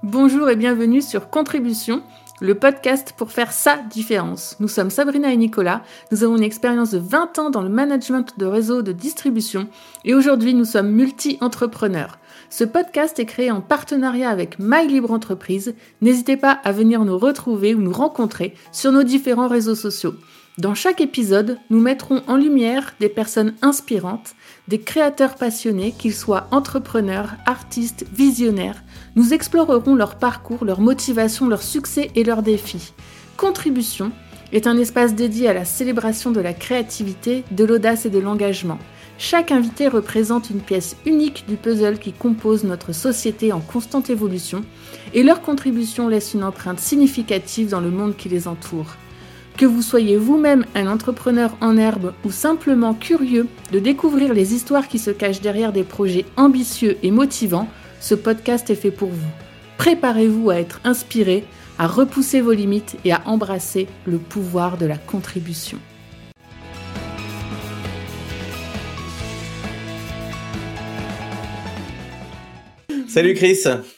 Bonjour et bienvenue sur Contribution, le podcast pour faire sa différence. Nous sommes Sabrina et Nicolas, nous avons une expérience de 20 ans dans le management de réseaux de distribution et aujourd'hui nous sommes multi-entrepreneurs. Ce podcast est créé en partenariat avec My Libre Entreprise. N'hésitez pas à venir nous retrouver ou nous rencontrer sur nos différents réseaux sociaux. Dans chaque épisode, nous mettrons en lumière des personnes inspirantes, des créateurs passionnés, qu'ils soient entrepreneurs, artistes, visionnaires. Nous explorerons leur parcours, leur motivation, leurs succès et leurs défis. Contribution est un espace dédié à la célébration de la créativité, de l'audace et de l'engagement. Chaque invité représente une pièce unique du puzzle qui compose notre société en constante évolution et leur contribution laisse une empreinte significative dans le monde qui les entoure. Que vous soyez vous-même un entrepreneur en herbe ou simplement curieux de découvrir les histoires qui se cachent derrière des projets ambitieux et motivants, ce podcast est fait pour vous. Préparez-vous à être inspiré, à repousser vos limites et à embrasser le pouvoir de la contribution. Salut Chris.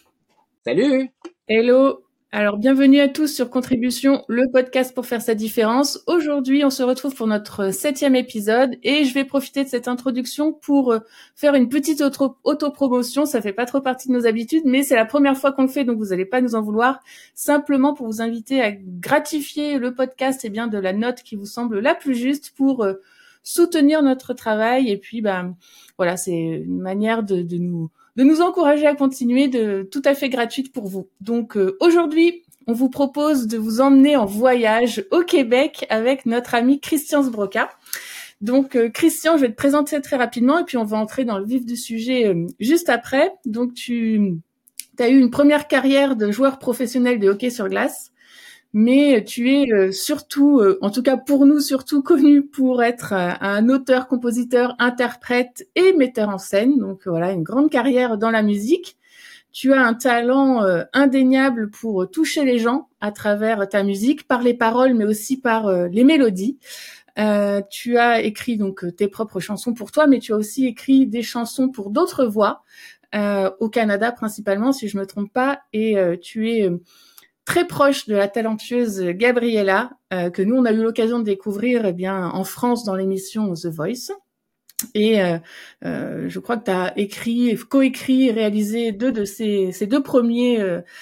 Salut. Hello. Alors, bienvenue à tous sur Contribution, le podcast pour faire sa différence. Aujourd'hui, on se retrouve pour notre 7e épisode et je vais profiter de cette introduction pour faire une petite autopromotion. Ça fait pas trop partie de nos habitudes, mais c'est la première fois qu'on le fait, donc vous n'allez pas nous en vouloir. Simplement pour vous inviter à gratifier le podcast de la note qui vous semble la plus juste pour soutenir notre travail. Et puis, voilà, c'est une manière de nous encourager à continuer, tout à fait gratuite pour vous. Donc aujourd'hui, on vous propose de vous emmener en voyage au Québec avec notre ami Christian Sbroca. Donc Christian, je vais te présenter très rapidement et puis on va entrer dans le vif du sujet juste après. Donc tu as eu une première carrière de joueur professionnel de hockey sur glace, mais tu es surtout, en tout cas pour nous, surtout connu pour être un auteur, compositeur, interprète et metteur en scène. Donc voilà, une grande carrière dans la musique. Tu as un talent indéniable pour toucher les gens à travers ta musique, par les paroles, mais aussi par les mélodies. Tu as écrit donc tes propres chansons pour toi, mais tu as aussi écrit des chansons pour d'autres voix, au Canada principalement, si je me trompe pas, et tu es très proche de la talentueuse Gabriella, que nous, on a eu l'occasion de découvrir en France dans l'émission The Voice. Et je crois que tu as coécrit et réalisé deux de ces deux premiers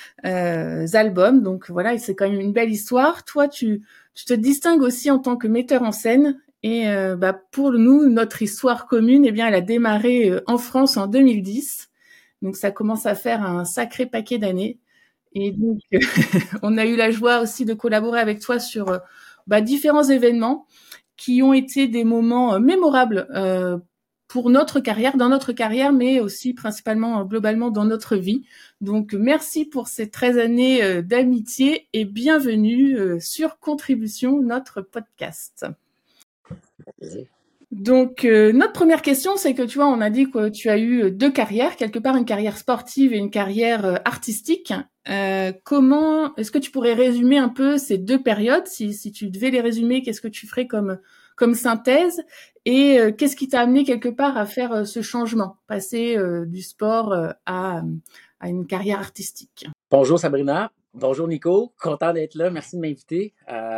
albums. Donc voilà, c'est quand même une belle histoire. Toi, tu te distingues aussi en tant que metteur en scène. Et pour nous, notre histoire commune, elle a démarré en France en 2010. Donc ça commence à faire un sacré paquet d'années. Et donc, on a eu la joie aussi de collaborer avec toi sur différents événements qui ont été des moments mémorables pour notre carrière, dans notre carrière, mais aussi principalement, globalement, dans notre vie. Donc, merci pour ces 13 années d'amitié et bienvenue sur Contribution, notre podcast. Donc, notre première question, c'est que tu vois, on a dit que tu as eu deux carrières, quelque part une carrière sportive et une carrière artistique. Comment est-ce que tu pourrais résumer un peu ces deux périodes, si tu devais les résumer, qu'est-ce que tu ferais comme synthèse et qu'est-ce qui t'a amené quelque part à faire ce changement, passer du sport à une carrière artistique? Bonjour Sabrina, bonjour Nico, content d'être là, merci de m'inviter.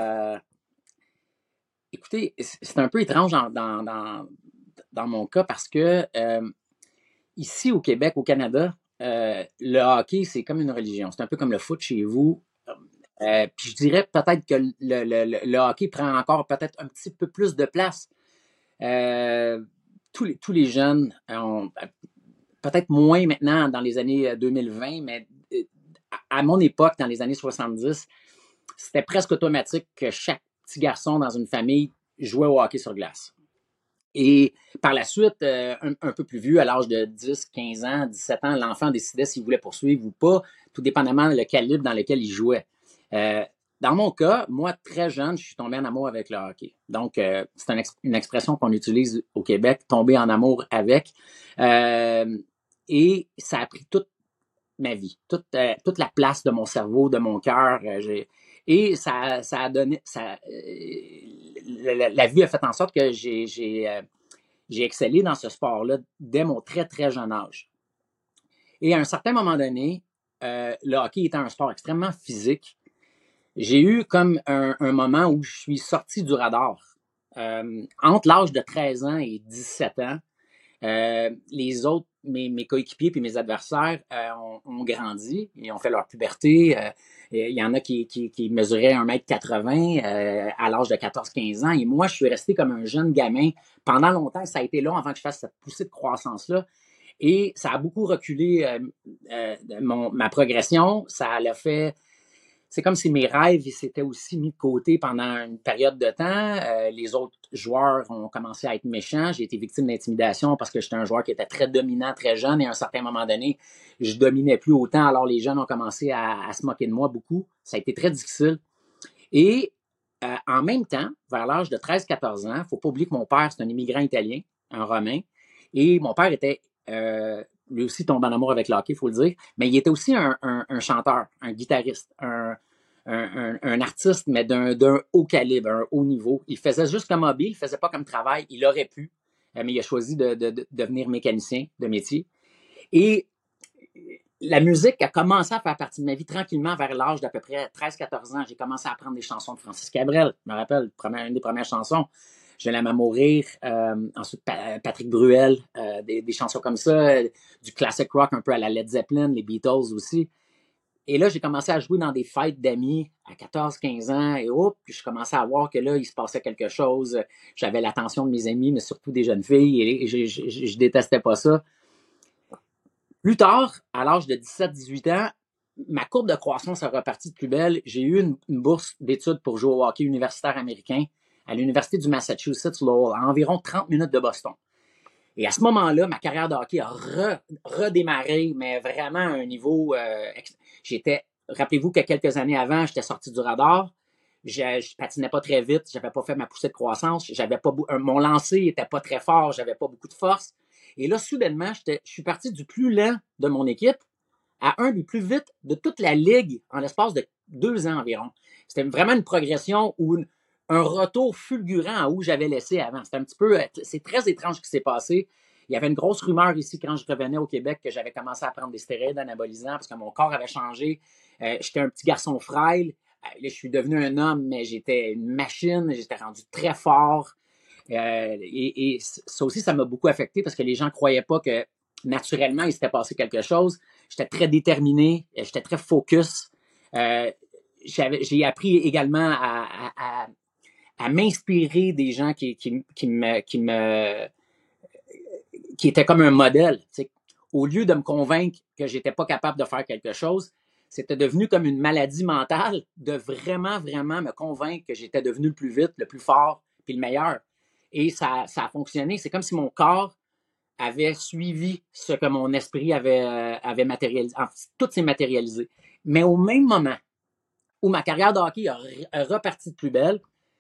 Écoutez, c'est un peu étrange dans mon cas parce que ici au Québec, au Canada, le hockey, c'est comme une religion. C'est un peu comme le foot chez vous. Puis je dirais peut-être que le hockey prend encore peut-être un petit peu plus de place. Tous les jeunes ont peut-être moins maintenant dans les années 2020, mais à mon époque, dans les années 70, c'était presque automatique que chaque petit garçon dans une famille jouait au hockey sur glace. Et par la suite, un peu plus vieux, à l'âge de 10, 15 ans, 17 ans, l'enfant décidait s'il voulait poursuivre ou pas, tout dépendamment le calibre dans lequel il jouait. Dans mon cas, moi, très jeune, je suis tombé en amour avec le hockey. Donc, c'est une expression qu'on utilise au Québec, tomber en amour avec. Et ça a pris toute ma vie, toute la place de mon cerveau, de mon cœur. Et ça a donné... la vie a fait en sorte que j'ai excellé dans ce sport-là dès mon très, très jeune âge. Et à un certain moment donné, le hockey étant un sport extrêmement physique, j'ai eu comme un moment où je suis sorti du radar. Entre l'âge de 13 ans et 17 ans, les autres, mes coéquipiers puis mes adversaires ont grandi et ont fait leur puberté. Il y en a qui mesuraient 1,80 m à l'âge de 14-15 ans. Et moi, je suis resté comme un jeune gamin. Pendant longtemps, ça a été long avant que je fasse cette poussée de croissance-là. Et ça a beaucoup reculé ma progression. Ça l'a fait... C'est comme si mes rêves s'étaient aussi mis de côté pendant une période de temps. Les autres joueurs ont commencé à être méchants. J'ai été victime d'intimidation parce que j'étais un joueur qui était très dominant, très jeune. Et à un certain moment donné, je dominais plus autant. Alors les jeunes ont commencé à se moquer de moi beaucoup. Ça a été très difficile. Et en même temps, vers l'âge de 13-14 ans, il ne faut pas oublier que mon père, c'est un immigrant italien, un Romain. Et mon père était... lui aussi tombe en amour avec le hockey, il faut le dire, mais il était aussi un chanteur, un guitariste, un artiste, mais d'un haut calibre, un haut niveau. Il faisait juste comme hobby, il ne faisait pas comme travail, il aurait pu, mais il a choisi de devenir mécanicien de métier. Et la musique a commencé à faire partie de ma vie tranquillement vers l'âge d'à peu près 13-14 ans. J'ai commencé à apprendre des chansons de Francis Cabrel. Je me rappelle, une des premières chansons, Je l'aime à mourir. Ensuite, Patrick Bruel, des chansons comme ça, du classic rock un peu à la Led Zeppelin, les Beatles aussi. Et là, j'ai commencé à jouer dans des fêtes d'amis à 14-15 ans et puis je commençais à voir que là, il se passait quelque chose. J'avais l'attention de mes amis, mais surtout des jeunes filles et je détestais pas ça. Plus tard, à l'âge de 17-18 ans, ma courbe de croissance a reparti de plus belle. J'ai eu une bourse d'études pour jouer au hockey universitaire américain à l'Université du Massachusetts Lowell, à environ 30 minutes de Boston. Et à ce moment-là, ma carrière de hockey a redémarré, mais vraiment à un niveau... rappelez-vous que quelques années avant, j'étais sorti du radar. Je patinais pas très vite, j'avais pas fait ma poussée de croissance, mon lancer était pas très fort, j'avais pas beaucoup de force. Et là, soudainement, je suis parti du plus lent de mon équipe à un du plus vite de toute la ligue en l'espace de 2 ans environ. C'était vraiment une progression ou un retour fulgurant à où j'avais laissé avant. C'est très étrange ce qui s'est passé. Il y avait une grosse rumeur ici quand je revenais au Québec que j'avais commencé à prendre des stéroïdes anabolisants parce que mon corps avait changé. J'étais un petit garçon frêle. Là, je suis devenu un homme, mais j'étais une machine. J'étais rendu très fort. Et ça aussi, ça m'a beaucoup affecté parce que les gens ne croyaient pas que naturellement, il s'était passé quelque chose. J'étais très déterminé, j'étais très focus. J'ai appris également à m'inspirer des gens qui étaient comme un modèle. T'sais. Au lieu de me convaincre que j'étais pas capable de faire quelque chose, c'était devenu comme une maladie mentale de vraiment, vraiment me convaincre que j'étais devenu le plus vite, le plus fort, puis le meilleur. Et ça a fonctionné. C'est comme si mon corps avait suivi ce que mon esprit avait matérialisé. Enfin, tout s'est matérialisé. Mais au même moment où ma carrière de hockey a reparti de plus belle,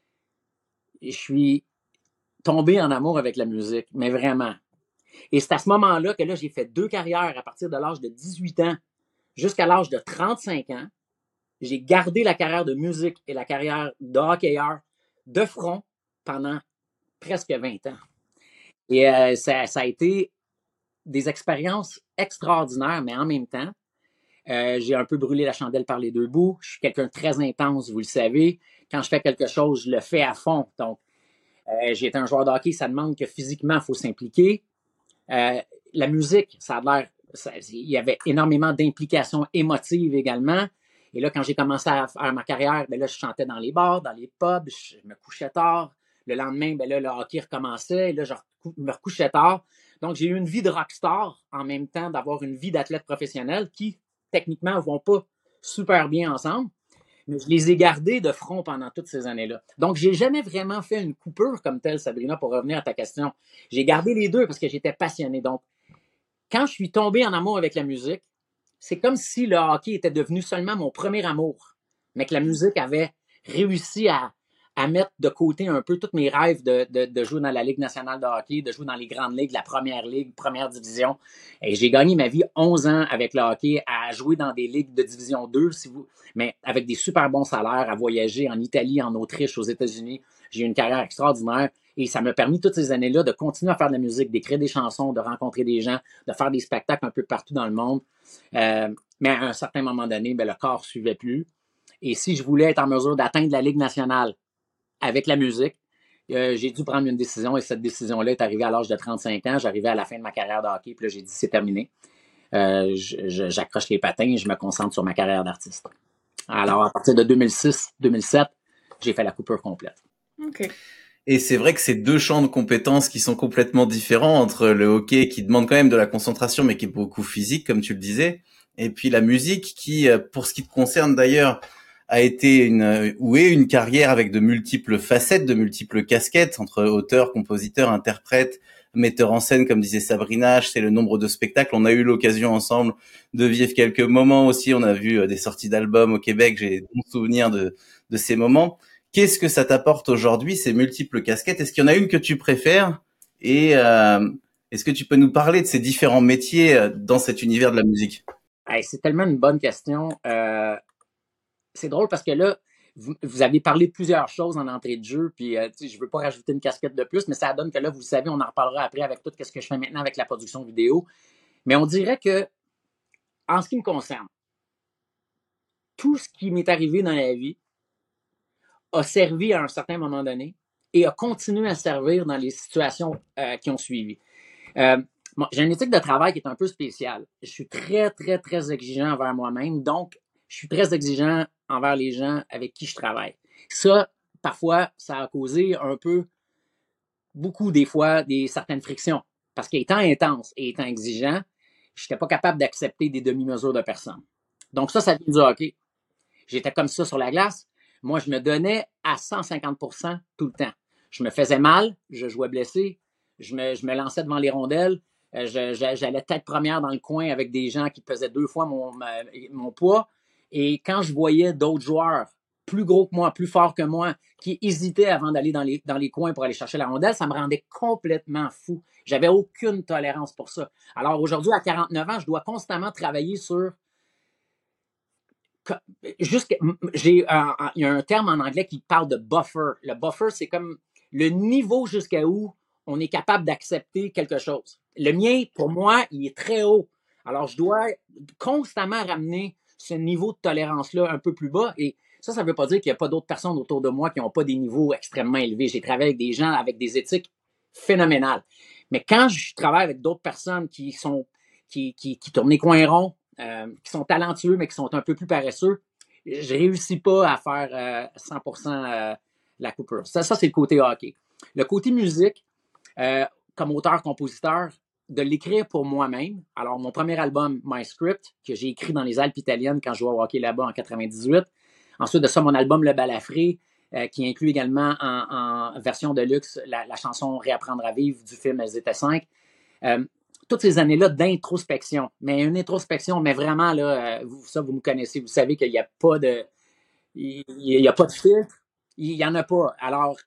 je suis tombé en amour avec la musique, mais vraiment. Et c'est à ce moment-là que là, j'ai fait 2 carrières à partir de l'âge de 18 ans jusqu'à l'âge de 35 ans. J'ai gardé la carrière de musique et la carrière de hockeyeur de front pendant presque 20 ans. Et ça a été des expériences extraordinaires, mais en même temps, j'ai un peu brûlé la chandelle par les 2 bouts. Je suis quelqu'un de très intense, vous le savez. Quand je fais quelque chose, je le fais à fond. Donc, j'ai été un joueur de hockey, ça demande que physiquement, il faut s'impliquer. La musique, ça a l'air... il y avait énormément d'implications émotives également. Et là, quand j'ai commencé à faire ma carrière, ben là, je chantais dans les bars, dans les pubs, je me couchais tard. Le lendemain, ben là, le hockey recommençait. Et là, je me recouchais tard. Donc, j'ai eu une vie de rockstar en même temps d'avoir une vie d'athlète professionnel qui, techniquement, ne vont pas super bien ensemble. Mais je les ai gardés de front pendant toutes ces années-là. Donc, j'ai jamais vraiment fait une coupure comme telle, Sabrina, pour revenir à ta question. J'ai gardé les 2 parce que j'étais passionné. Donc, quand je suis tombé en amour avec la musique, c'est comme si le hockey était devenu seulement mon premier amour, mais que la musique avait réussi à mettre de côté un peu tous mes rêves de jouer dans la Ligue nationale de hockey, de jouer dans les grandes ligues, la première ligue, première division. Et j'ai gagné ma vie 11 ans avec le hockey à jouer dans des ligues de division 2, mais avec des super bons salaires, à voyager en Italie, en Autriche, aux États-Unis. J'ai eu une carrière extraordinaire et ça m'a permis toutes ces années-là de continuer à faire de la musique, d'écrire des chansons, de rencontrer des gens, de faire des spectacles un peu partout dans le monde. Mais à un certain moment donné, le corps ne suivait plus. Et si je voulais être en mesure d'atteindre la Ligue nationale avec la musique, j'ai dû prendre une décision et cette décision-là est arrivée à l'âge de 35 ans. J'arrivais à la fin de ma carrière de hockey, puis là, j'ai dit c'est terminé. J'accroche les patins et je me concentre sur ma carrière d'artiste. Alors, à partir de 2006-2007, j'ai fait la coupure complète. OK. Et c'est vrai que c'est deux champs de compétences qui sont complètement différents entre le hockey qui demande quand même de la concentration mais qui est beaucoup physique, comme tu le disais, et puis la musique qui, pour ce qui te concerne d'ailleurs, a été une carrière avec de multiples facettes, de multiples casquettes entre auteur, compositeur, interprète, metteur en scène, comme disait Sabrina, c'est le nombre de spectacles. On a eu l'occasion ensemble de vivre quelques moments aussi. On a vu des sorties d'albums au Québec. J'ai bon souvenir de ces moments. Qu'est-ce que ça t'apporte aujourd'hui, ces multiples casquettes? Est-ce qu'il y en a une que tu préfères? Et est-ce que tu peux nous parler de ces différents métiers dans cet univers de la musique? Hey, c'est tellement une bonne question. C'est drôle parce que là, vous avez parlé de plusieurs choses en entrée de jeu, puis je ne veux pas rajouter une casquette de plus, mais ça donne que là, vous savez, on en reparlera après avec tout ce que je fais maintenant avec la production vidéo. Mais on dirait que, en ce qui me concerne, tout ce qui m'est arrivé dans la vie a servi à un certain moment donné et a continué à servir dans les situations qui ont suivi. J'ai une éthique de travail qui est un peu spéciale. Je suis très, très, très exigeant envers moi-même, donc je suis très exigeant envers les gens avec qui je travaille. Ça, parfois, ça a causé un peu, beaucoup des fois, certaines frictions. Parce qu'étant intense et étant exigeant, je n'étais pas capable d'accepter des demi-mesures de personnes. Donc ça vient du hockey. J'étais comme ça sur la glace. Moi, je me donnais à 150% tout le temps. Je me faisais mal, je jouais blessé, je me lançais devant les rondelles, j'allais tête première dans le coin avec des gens qui pesaient 2 fois mon poids. Et quand je voyais d'autres joueurs plus gros que moi, plus forts que moi, qui hésitaient avant d'aller dans les coins pour aller chercher la rondelle, ça me rendait complètement fou. J'avais aucune tolérance pour ça. Alors aujourd'hui, à 49 ans, je dois constamment travailler sur il y a un terme en anglais qui parle de buffer. Le buffer, c'est comme le niveau jusqu'à où on est capable d'accepter quelque chose. Le mien, pour moi, il est très haut. Alors, je dois constamment ramener ce niveau de tolérance-là un peu plus bas. Et ça ne veut pas dire qu'il n'y a pas d'autres personnes autour de moi qui n'ont pas des niveaux extrêmement élevés. J'ai travaillé avec des gens avec des éthiques phénoménales. Mais quand je travaille avec d'autres personnes qui tournent les coins ronds, qui sont talentueux, mais qui sont un peu plus paresseux, je ne réussis pas à faire 100% la coupure. Ça, c'est le côté hockey. Le côté musique, comme auteur-compositeur, de l'écrire pour moi-même. Alors, mon premier album, My Script, que j'ai écrit dans les Alpes italiennes quand je jouais au hockey là-bas en 98. Ensuite de ça, mon album Le Balafré, qui inclut également en version de luxe la chanson Réapprendre à vivre du film Elles étaient 5. Toutes ces années-là d'introspection. Mais une introspection, mais vraiment, là, vous me connaissez, vous savez qu'il n'y a pas de. Il n'y a pas de filtre. Il n'y en a pas. Alors,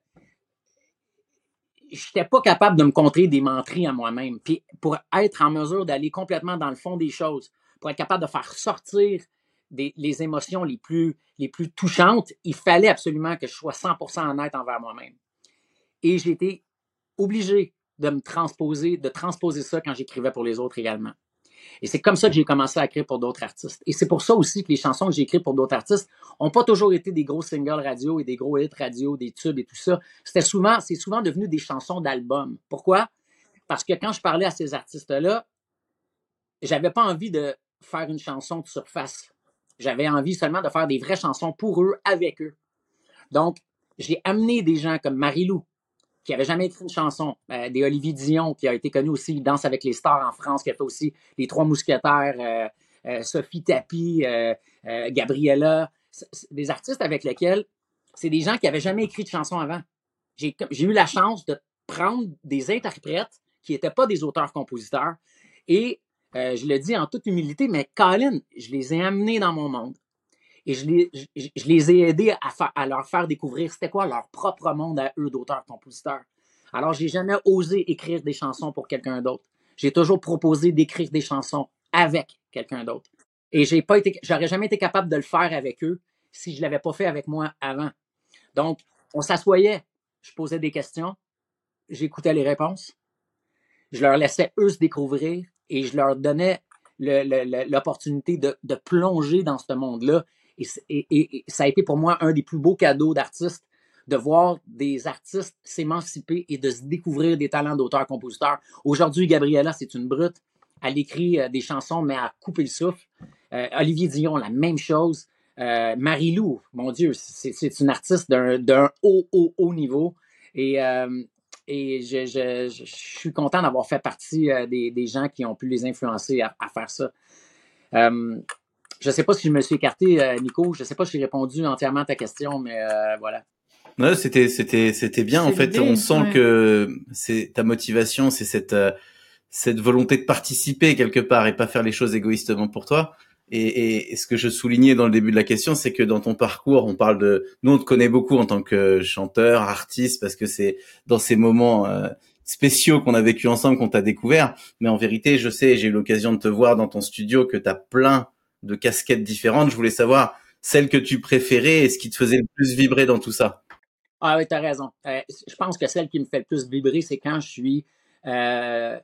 je n'étais pas capable de me contrer des menteries à moi-même. Puis pour être en mesure d'aller complètement dans le fond des choses, pour être capable de faire sortir les émotions les plus touchantes, il fallait absolument que je sois 100% honnête envers moi-même. Et j'ai été obligé de transposer ça quand j'écrivais pour les autres également. Et c'est comme ça que j'ai commencé à écrire pour d'autres artistes. Et c'est pour ça aussi que les chansons que j'ai écrites pour d'autres artistes n'ont pas toujours été des gros singles radio et des gros hits radio, des tubes et tout ça. C'est souvent devenu des chansons d'albums. Pourquoi? Parce que quand je parlais à ces artistes-là, j'avais pas envie de faire une chanson de surface. J'avais envie seulement de faire des vraies chansons pour eux, avec eux. Donc, j'ai amené des gens comme Marie-Lou, qui n'avait jamais écrit une chanson, des Olivier Dion, qui a été connu aussi, il danse avec les stars en France, qui a fait aussi Les Trois Mousquetaires, Sophie Tapie, Gabriella, des artistes avec lesquels c'est des gens qui n'avaient jamais écrit de chanson avant. J'ai eu la chance de prendre des interprètes qui n'étaient pas des auteurs-compositeurs et je le dis en toute humilité, mais Colin, je les ai amenés dans mon monde. Et je les ai aidés à leur faire découvrir c'était quoi leur propre monde à eux d'auteurs-compositeurs. Alors, j'ai jamais osé écrire des chansons pour quelqu'un d'autre. J'ai toujours proposé d'écrire des chansons avec quelqu'un d'autre. Et j'aurais jamais été capable de le faire avec eux si je l'avais pas fait avec moi avant. Donc, on s'assoyait, je posais des questions, j'écoutais les réponses, je leur laissais eux se découvrir et je leur donnais l'opportunité de plonger dans ce monde-là. Et ça a été pour moi un des plus beaux cadeaux d'artistes, de voir des artistes s'émanciper et de se découvrir des talents d'auteur-compositeur. Aujourd'hui, Gabriella, c'est une brute. Elle écrit des chansons, mais à couper le souffle. Olivier Dion, la même chose. Marie-Lou, mon Dieu, c'est une artiste d'un haut niveau. Et je suis content d'avoir fait partie des gens qui ont pu les influencer à faire ça. Je ne sais pas si je me suis écarté, Nico. Je ne sais pas si j'ai répondu entièrement à ta question, mais voilà. Ouais, c'était bien. En fait, on sent que ta motivation, c'est cette volonté de participer quelque part et pas faire les choses égoïstement pour toi. Et ce que je soulignais dans le début de la question, c'est que dans ton parcours, nous on te connaît beaucoup en tant que chanteur, artiste, parce que c'est dans ces moments spéciaux qu'on a vécu ensemble qu'on t'a découvert. Mais en vérité, j'ai eu l'occasion de te voir dans ton studio, que t'as plein de casquettes différentes. Je voulais savoir celle que tu préférais et ce qui te faisait le plus vibrer dans tout ça. Ah oui, t'as raison. Je pense que celle qui me fait le plus vibrer, c'est quand je suis en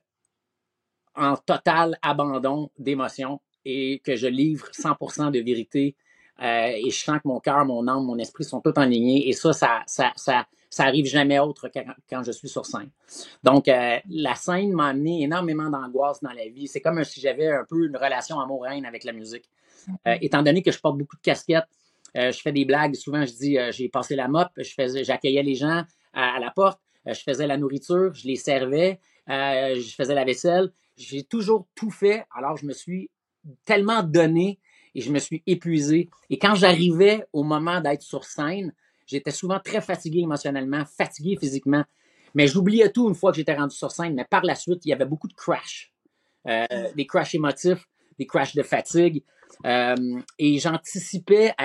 total abandon d'émotion et que je livre 100% de vérité et je sens que mon cœur, mon âme, mon esprit sont tous alignés et ça arrive jamais autre que quand je suis sur scène. Donc, la scène m'a amené énormément d'angoisse dans la vie. C'est comme si j'avais un peu une relation amour-haine avec la musique. Étant donné que je porte beaucoup de casquettes, je fais des blagues. Souvent, je dis, j'ai passé la mop, j'accueillais les gens à la porte, je faisais la nourriture, je les servais, je faisais la vaisselle. J'ai toujours tout fait. Alors, je me suis tellement donné et je me suis épuisé. Et quand j'arrivais au moment d'être sur scène, j'étais souvent très fatigué émotionnellement, fatigué physiquement. Mais j'oubliais tout une fois que j'étais rendu sur scène. Mais par la suite, il y avait beaucoup de crashs. Des crashs émotifs, des crashs de fatigue. Et j'anticipais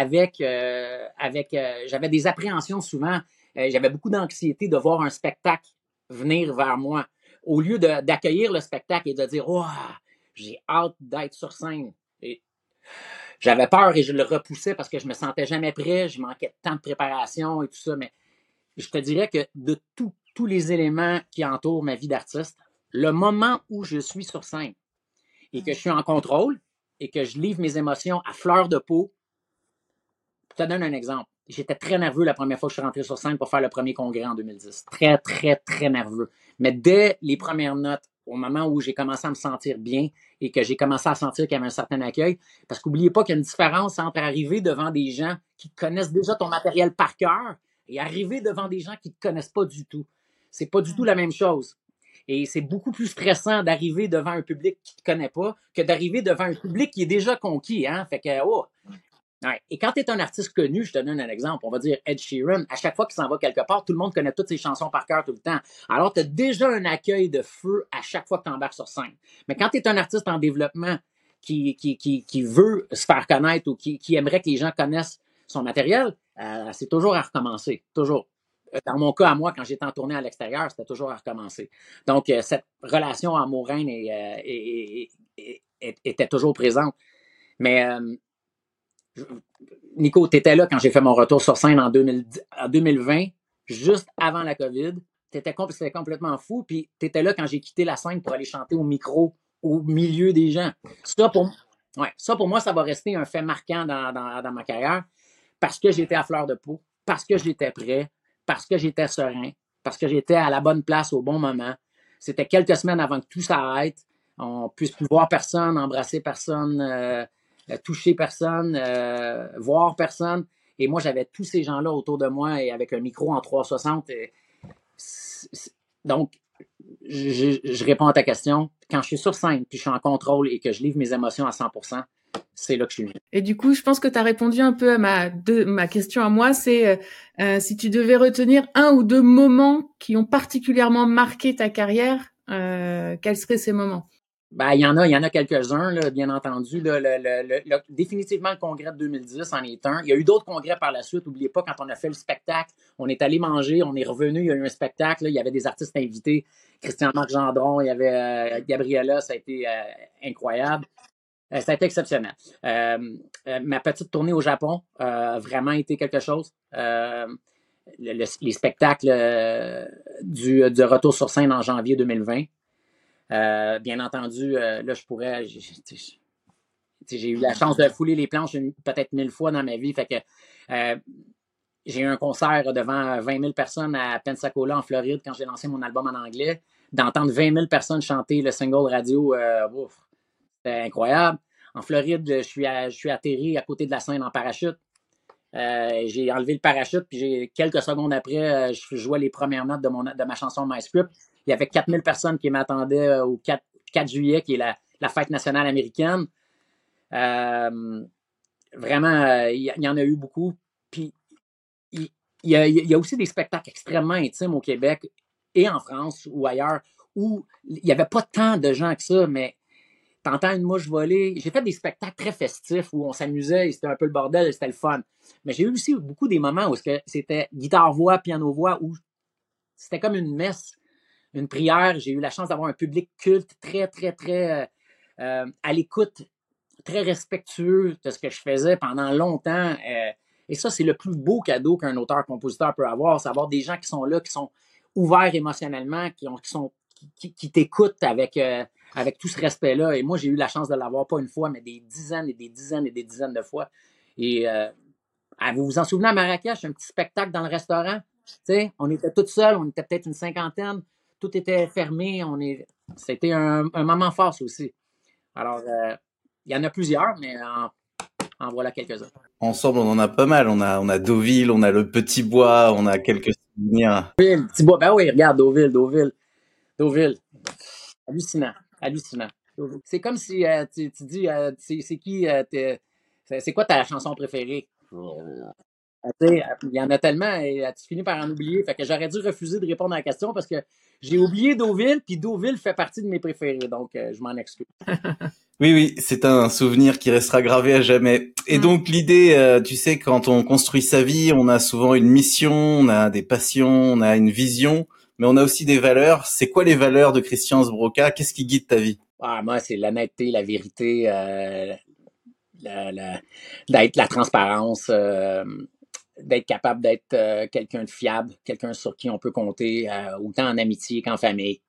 j'avais des appréhensions souvent. J'avais beaucoup d'anxiété de voir un spectacle venir vers moi. Au lieu d'accueillir le spectacle et de dire « Oh, j'ai hâte d'être sur scène ». J'avais peur et je le repoussais parce que je me sentais jamais prêt, je manquais de temps de préparation et tout ça. Mais je te dirais que de tous les éléments qui entourent ma vie d'artiste, le moment où je suis sur scène et que je suis en contrôle et que je livre mes émotions à fleur de peau, je te donne un exemple. J'étais très nerveux la première fois que je suis rentré sur scène pour faire le premier congrès en 2010. Très, très, très nerveux. Mais dès les premières notes, au moment où j'ai commencé à me sentir bien et que j'ai commencé à sentir qu'il y avait un certain accueil, parce qu'oubliez pas qu'il y a une différence entre arriver devant des gens qui connaissent déjà ton matériel par cœur et arriver devant des gens qui ne te connaissent pas du tout. C'est pas du tout la même chose. Et c'est beaucoup plus stressant d'arriver devant un public qui ne te connaît pas que d'arriver devant un public qui est déjà conquis. Hein? Fait que, oh! Ouais. Et quand tu es un artiste connu, je te donne un exemple, on va dire Ed Sheeran, à chaque fois qu'il s'en va quelque part, tout le monde connaît toutes ses chansons par cœur tout le temps. Alors, tu as déjà un accueil de feu à chaque fois que tu embarques sur scène. Mais quand tu es un artiste en développement qui veut se faire connaître ou qui aimerait que les gens connaissent son matériel, c'est toujours à recommencer, toujours. Dans mon cas, à moi, quand j'étais en tournée à l'extérieur, c'était toujours à recommencer. Donc, cette relation amoureuse était toujours présente. Mais Nico, tu étais là quand j'ai fait mon retour sur scène en 2020, juste avant la COVID. C'était complètement fou. Puis tu étais là quand j'ai quitté la scène pour aller chanter au micro, au milieu des gens. Ça, pour moi, ça va rester un fait marquant dans ma carrière parce que j'étais à fleur de peau, parce que j'étais prêt, parce que j'étais serein, parce que j'étais à la bonne place au bon moment. C'était quelques semaines avant que tout s'arrête. On puisse plus voir personne, embrasser personne, toucher personne, voir personne. Et moi, j'avais tous ces gens-là autour de moi et avec un micro en 360. Donc, je réponds à ta question. Quand je suis sur scène, puis je suis en contrôle et que je livre mes émotions à 100%, c'est là que je suis mieux. Et du coup, je pense que tu as répondu un peu à ma question à moi. C'est si tu devais retenir un ou deux moments qui ont particulièrement marqué ta carrière, quels seraient ces moments? Ben, il y en a quelques-uns, là, bien entendu. Définitivement, le congrès de 2010 en est un. Il y a eu d'autres congrès par la suite. N'oubliez pas, quand on a fait le spectacle, on est allé manger, on est revenu, il y a eu un spectacle. Là, il y avait des artistes invités. Christian-Marc Gendron, il y avait Gabriella, ça a été incroyable. Ça a été exceptionnel. Ma petite tournée au Japon a vraiment été quelque chose. Les spectacles du retour sur scène en janvier 2020. Bien entendu, là, je pourrais... J'ai eu la chance de fouler les planches peut-être 1000 fois dans ma vie. Fait que j'ai eu un concert devant 20 000 personnes à Pensacola, en Floride, quand j'ai lancé mon album en anglais. D'entendre 20 000 personnes chanter le single radio, c'était incroyable. En Floride, je suis atterri à côté de la scène en parachute. J'ai enlevé le parachute, puis quelques secondes après, je jouais les premières notes de ma chanson My Script. Il y avait 4000 personnes qui m'attendaient au 4 juillet, qui est la fête nationale américaine. Vraiment, il y en a eu beaucoup. Puis, il y a aussi des spectacles extrêmement intimes au Québec et en France ou ailleurs où il n'y avait pas tant de gens que ça, mais t'entends une mouche voler. J'ai fait des spectacles très festifs où on s'amusait et c'était un peu le bordel et c'était le fun. Mais j'ai eu aussi beaucoup des moments où c'était guitare-voix, piano-voix, où c'était comme une messe, une prière. J'ai eu la chance d'avoir un public culte très, très, très à l'écoute, très respectueux de ce que je faisais pendant longtemps. Et ça, c'est le plus beau cadeau qu'un auteur-compositeur peut avoir, c'est avoir des gens qui sont là, qui sont ouverts émotionnellement, qui t'écoutent avec tout ce respect-là. Et moi, j'ai eu la chance de l'avoir pas une fois, mais des dizaines et des dizaines et des dizaines de fois. Et vous vous en souvenez à Marrakech, un petit spectacle dans le restaurant? T'sais, on était tous seuls, on était peut-être une cinquantaine, tout était fermé. C'était un moment fort, ça aussi. Alors, il y en a plusieurs, mais en voilà quelques-uns. Ensemble, on en a pas mal. On a Deauville, on a le Petit Bois, on a quelques souvenirs. Deauville, Petit Bois, ben oui, regarde, Deauville. Hallucinant. C'est comme si tu dis, c'est qui, c'est quoi ta chanson préférée? Il y en a tellement et tu finis par en oublier. Fait que j'aurais dû refuser de répondre à la question parce que j'ai oublié Deauville, puis Deauville fait partie de mes préférés, donc je m'en excuse. Oui, c'est un souvenir qui restera gravé à jamais. Et donc l'idée, tu sais, quand on construit sa vie, on a souvent une mission, on a des passions, on a une vision, mais on a aussi des valeurs. C'est quoi les valeurs de Christian Sbroka? Qu'est-ce qui guide ta vie? Moi, c'est l'honnêteté, la vérité, d'être la transparence, d'être capable d'être quelqu'un de fiable, quelqu'un sur qui on peut compter, autant en amitié qu'en famille.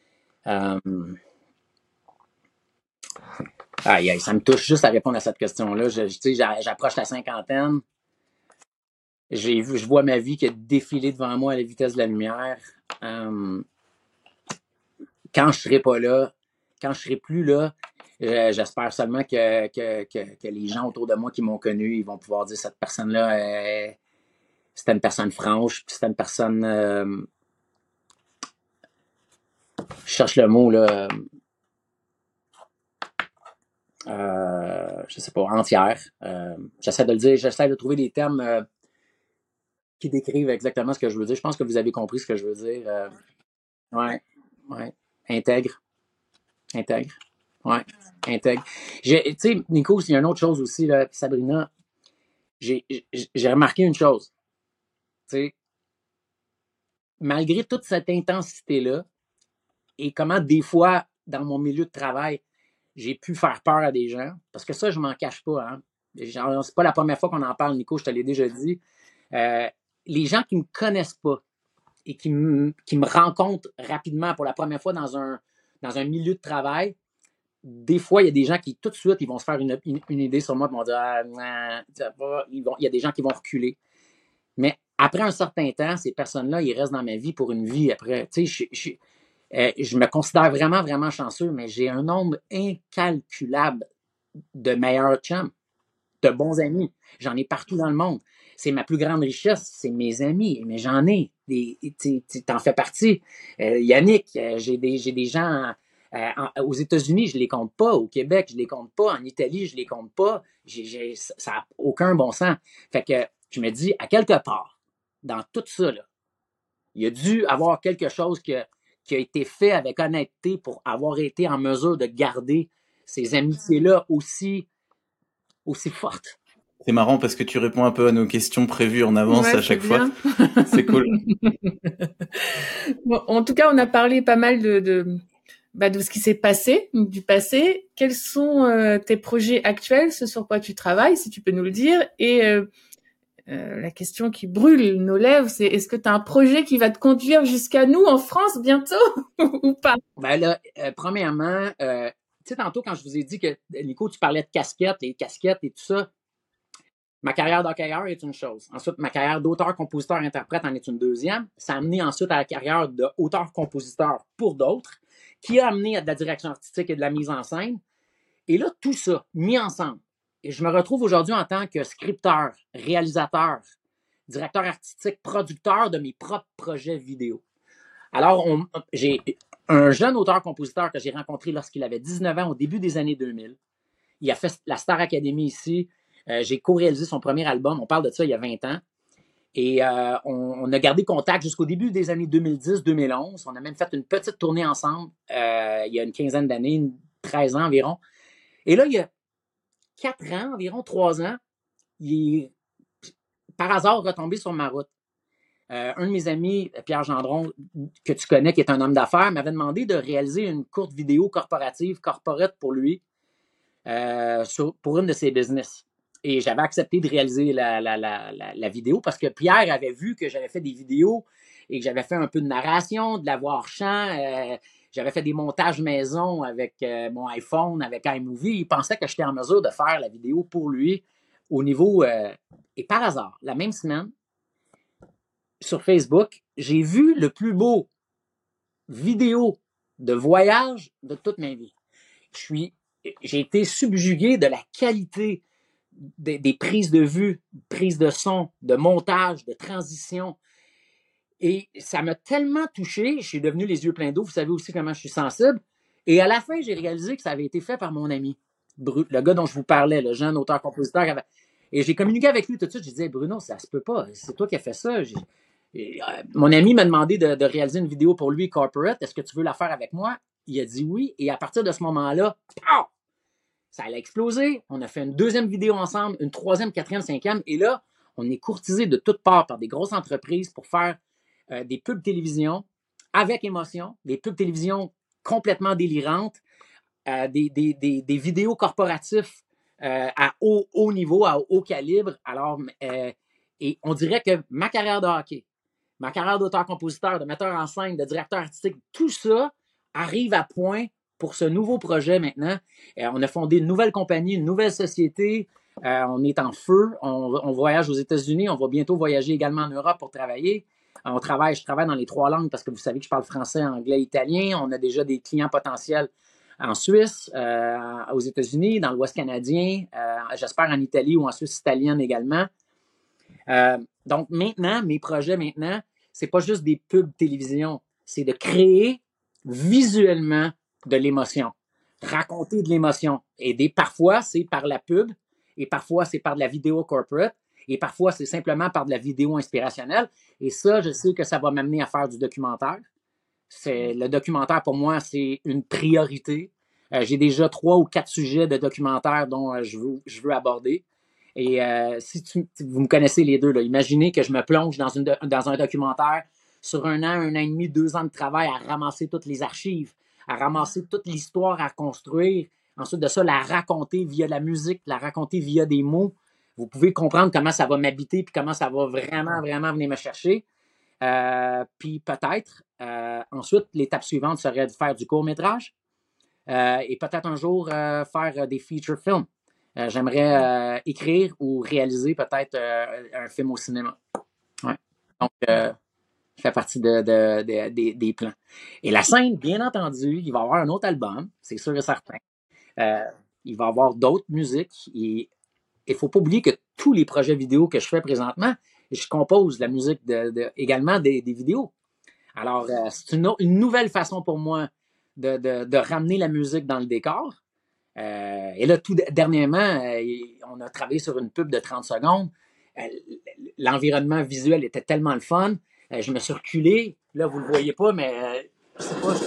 Ça me touche juste à répondre à cette question-là. J'approche la cinquantaine. Je vois ma vie qui a défilé devant moi à la vitesse de la lumière. Quand je serai pas là, quand je serai plus là, j'espère seulement que les gens autour de moi qui m'ont connu, ils vont pouvoir dire cette personne-là, c'était une personne franche, puis c'était une personne, je cherche le mot là, je sais pas, entière. J'essaie de le dire, j'essaie de trouver des termes qui décrivent exactement ce que je veux dire. Je pense que vous avez compris ce que je veux dire. Ouais. Intègre. Ouais, intègre. Tu sais, Nico, il y a une autre chose aussi, là, Sabrina. J'ai remarqué une chose. Tu sais, malgré toute cette intensité-là, et comment des fois, dans mon milieu de travail, j'ai pu faire peur à des gens, parce que ça, je m'en cache pas. Hein. C'est pas la première fois qu'on en parle, Nico, je te l'ai déjà dit. Les gens qui me connaissent pas et qui me rencontrent rapidement pour la première fois dans un milieu de travail, des fois, il y a des gens qui, tout de suite, ils vont se faire une idée sur moi et vont dire il y a des gens qui vont reculer. Mais après un certain temps, ces personnes-là, ils restent dans ma vie pour une vie après. Tu sais, je me considère vraiment, vraiment chanceux, mais j'ai un nombre incalculable de meilleurs chums, de bons amis. J'en ai partout dans le monde. C'est ma plus grande richesse, c'est mes amis. Mais j'en ai. T'en fais partie. Yannick, j'ai des gens aux États-Unis, je les compte pas. Au Québec, je les compte pas. En Italie, je les compte pas. Ça n'a aucun bon sens. Fait que je me dis, à quelque part, dans tout ça, là, il y a dû avoir quelque chose qui a été fait avec honnêteté pour avoir été en mesure de garder ces amitiés-là aussi fortes. C'est marrant parce que tu réponds un peu à nos questions prévues en avance à chaque fois. C'est cool. Bon, en tout cas, on a parlé pas mal de ce qui s'est passé, du passé. Quels sont tes projets actuels, ce sur quoi tu travailles, si tu peux nous le dire, et la question qui brûle nos lèvres, c'est est-ce que tu as un projet qui va te conduire jusqu'à nous en France bientôt ou pas? Ben là, premièrement, tu sais, tantôt quand je vous ai dit que, Nico, tu parlais de casquettes, les casquettes et tout ça, ma carrière d'hockeyeur est une chose. Ensuite, ma carrière d'auteur, compositeur, interprète en est une deuxième. Ça a amené ensuite à la carrière d'auteur-compositeur pour d'autres, qui a amené à de la direction artistique et de la mise en scène. Et là, tout ça, mis ensemble. Et je me retrouve aujourd'hui en tant que scripteur, réalisateur, directeur artistique, producteur de mes propres projets vidéo. Alors, j'ai un jeune auteur-compositeur que j'ai rencontré lorsqu'il avait 19 ans, au début des années 2000. Il a fait la Star Academy ici. J'ai co-réalisé son premier album. On parle de ça il y a 20 ans. Et on a gardé contact jusqu'au début des années 2010-2011. On a même fait une petite tournée ensemble il y a une quinzaine d'années, 13 ans environ. Et là, il y a 4 ans, environ 3 ans, il est par hasard retombé sur ma route. Un de mes amis, Pierre Gendron, que tu connais, qui est un homme d'affaires, m'avait demandé de réaliser une courte vidéo corporative, corporate pour lui, pour une de ses business. Et j'avais accepté de réaliser la vidéo parce que Pierre avait vu que j'avais fait des vidéos et que j'avais fait un peu de narration, de la voix hors champ. J'avais fait des montages maison avec mon iPhone, avec iMovie. Il pensait que j'étais en mesure de faire la vidéo pour lui au niveau... et par hasard, la même semaine, sur Facebook, j'ai vu le plus beau vidéo de voyage de toute ma vie. J'ai été subjugué de la qualité des prises de vue, prises de son, de montage, de transition. Et ça m'a tellement touché, je suis devenu les yeux pleins d'eau, vous savez aussi comment je suis sensible. Et à la fin, j'ai réalisé que ça avait été fait par mon ami, le gars dont je vous parlais, le jeune auteur-compositeur. Et j'ai communiqué avec lui tout de suite, je disais, Bruno, ça se peut pas, c'est toi qui as fait ça. Mon ami m'a demandé de réaliser une vidéo pour lui, corporate, est-ce que tu veux la faire avec moi? Il a dit oui, et à partir de ce moment-là, pow! Ça allait exploser. On a fait une deuxième vidéo ensemble, une troisième, quatrième, cinquième. Et là, on est courtisé de toutes parts par des grosses entreprises pour faire des pubs télévision avec émotion, des pubs télévision complètement délirantes, des vidéos corporatifs à haut niveau, à haut calibre. Alors, et on dirait que ma carrière de hockey, ma carrière d'auteur-compositeur, de metteur en scène, de directeur artistique, tout ça arrive à point pour ce nouveau projet maintenant. On a fondé une nouvelle compagnie, une nouvelle société. On est en feu. On voyage aux États-Unis. On va bientôt voyager également en Europe pour travailler. Je travaille dans les 3 langues parce que vous savez que je parle français, anglais, italien. On a déjà des clients potentiels en Suisse, aux États-Unis, dans l'Ouest canadien, j'espère en Italie ou en Suisse italienne également. Donc maintenant, mes projets maintenant, c'est pas juste des pubs télévision, c'est de créer visuellement de l'émotion, raconter de l'émotion. Et parfois, c'est par la pub, et parfois, c'est par de la vidéo corporate, et parfois, c'est simplement par de la vidéo inspirationnelle. Et ça, je sais que ça va m'amener à faire du documentaire. Le documentaire, pour moi, c'est une priorité. J'ai déjà 3 ou 4 sujets de documentaire dont je veux aborder. Et si vous me connaissez les deux, là, imaginez que je me plonge dans un documentaire sur 1 an, 1 an et demi, 2 ans de travail à ramasser toutes les archives, à ramasser toute l'histoire à construire. Ensuite de ça, la raconter via la musique, la raconter via des mots. Vous pouvez comprendre comment ça va m'habiter puis comment ça va vraiment, vraiment venir me chercher. Puis peut-être, ensuite, l'étape suivante serait de faire du court-métrage et peut-être un jour faire des feature films. J'aimerais écrire ou réaliser peut-être un film au cinéma. Ouais. Donc, je fais partie des plans. Et la scène, bien entendu, il va y avoir un autre album, c'est sûr et certain. Il va y avoir d'autres musiques. Et il ne faut pas oublier que tous les projets vidéo que je fais présentement, je compose la musique également des vidéos. Alors, c'est une nouvelle façon pour moi de ramener la musique dans le décor. Et là, tout dernièrement, on a travaillé sur une pub de 30 secondes. L'environnement visuel était tellement le fun. Je me suis reculé. Là, vous ne le voyez pas, mais je sais pas.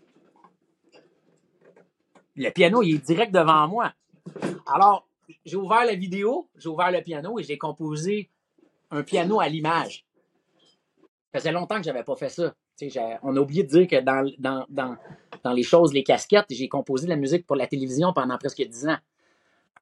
Le piano, il est direct devant moi. Alors, j'ai ouvert la vidéo, j'ai ouvert le piano et j'ai composé un piano à l'image. Ça faisait longtemps que je n'avais pas fait ça. On a oublié de dire que dans les choses, les casquettes, j'ai composé de la musique pour la télévision pendant presque 10 ans.